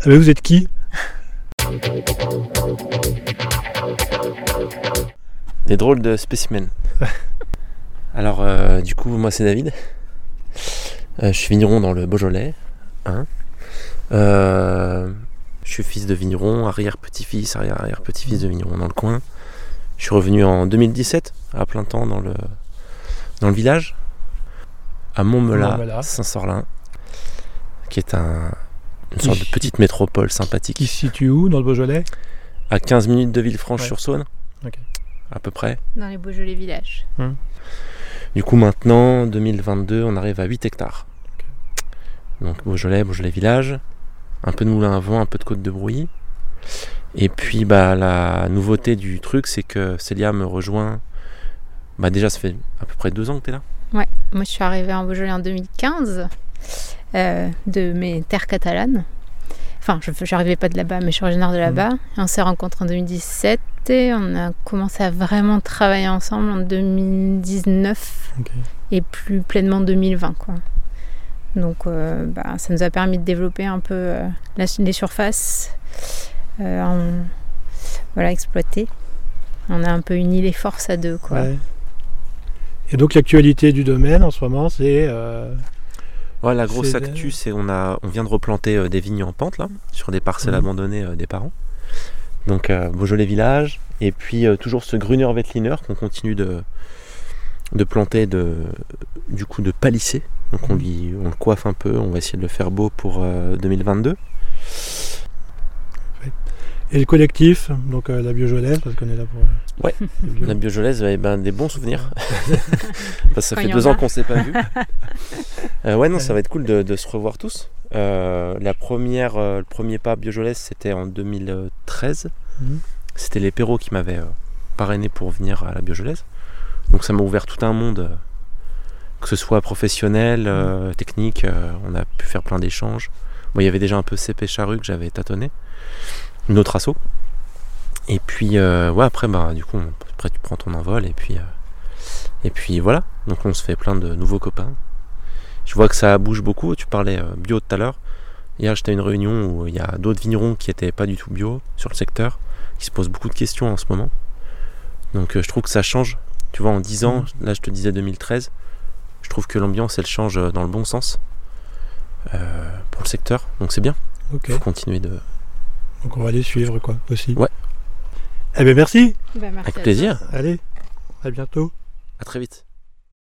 Ah mais vous êtes qui? Des drôles de spécimens. Alors, du coup, moi c'est David. Je suis vigneron dans le Beaujolais. Je suis fils de vigneron, arrière-petit-fils de vigneron dans le coin. Je suis revenu en 2017 à plein temps dans le village, à Montmelat, Saint-Sorlin, qui est une sorte de petite métropole sympathique. Qui se situe où dans le Beaujolais? À 15 minutes de Villefranche-sur-Saône, okay. À peu près. Dans les Beaujolais villages. Du coup maintenant, 2022, on arrive à 8 hectares. Okay. Donc Beaujolais village, un peu de moulin à vent, un peu de côte de Brouilly. Et puis la nouveauté du truc, c'est que Célia me rejoint. Déjà ça fait à peu près 2 ans que tu es là. Ouais, moi je suis arrivée en Beaujolais en 2015 de mes terres catalanes. Enfin, je n'arrivais pas de là-bas, mais je suis originaire de là-bas. Et on s'est rencontrés en 2017 et on a commencé à vraiment travailler ensemble en 2019 et plus pleinement en 2020, quoi. Donc ça nous a permis de développer un peu les surfaces, exploiter. On a un peu uni les forces à deux, quoi. Ouais. Et donc l'actualité du domaine en ce moment, c'est... la grosse actu, c'est on vient de replanter des vignes en pente là, sur des parcelles abandonnées des parents. Donc Beaujolais village, et puis toujours ce Grüner Veltliner qu'on continue de planter, de palisser. Donc on le coiffe un peu, on va essayer de le faire beau pour 2022. Et le collectif, donc la Biojolaise, parce qu'on est là pour... Ouais, la Biojolaise, des bons souvenirs. Parce que ça fait 2 ans qu'on ne s'est pas vu. Ça va être cool de se revoir tous. Le premier pas Biojolaise, c'était en 2013. C'était les Perrault qui m'avaient parrainé pour venir à la Biojolaise. Donc ça m'a ouvert tout un monde, que ce soit professionnel, technique. On a pu faire plein d'échanges. Il y avait déjà un peu CP Charrue que j'avais tâtonné. Une autre asso. Et puis après du coup après tu prends ton envol et puis voilà. Donc on se fait plein de nouveaux copains. Je vois que ça bouge beaucoup. Tu parlais bio tout à l'heure. Hier j'étais à une réunion où il y a d'autres vignerons qui n'étaient pas du tout bio sur le secteur, qui se posent beaucoup de questions en ce moment. Donc je trouve que ça change. Tu vois, en 10 ans, là je te disais 2013, je trouve que l'ambiance elle change dans le bon sens pour le secteur. Donc c'est bien. Faut continuer de... Donc on va les suivre quoi aussi. Ouais. Eh bien merci. Merci. Avec plaisir. Allez, à bientôt. À très vite.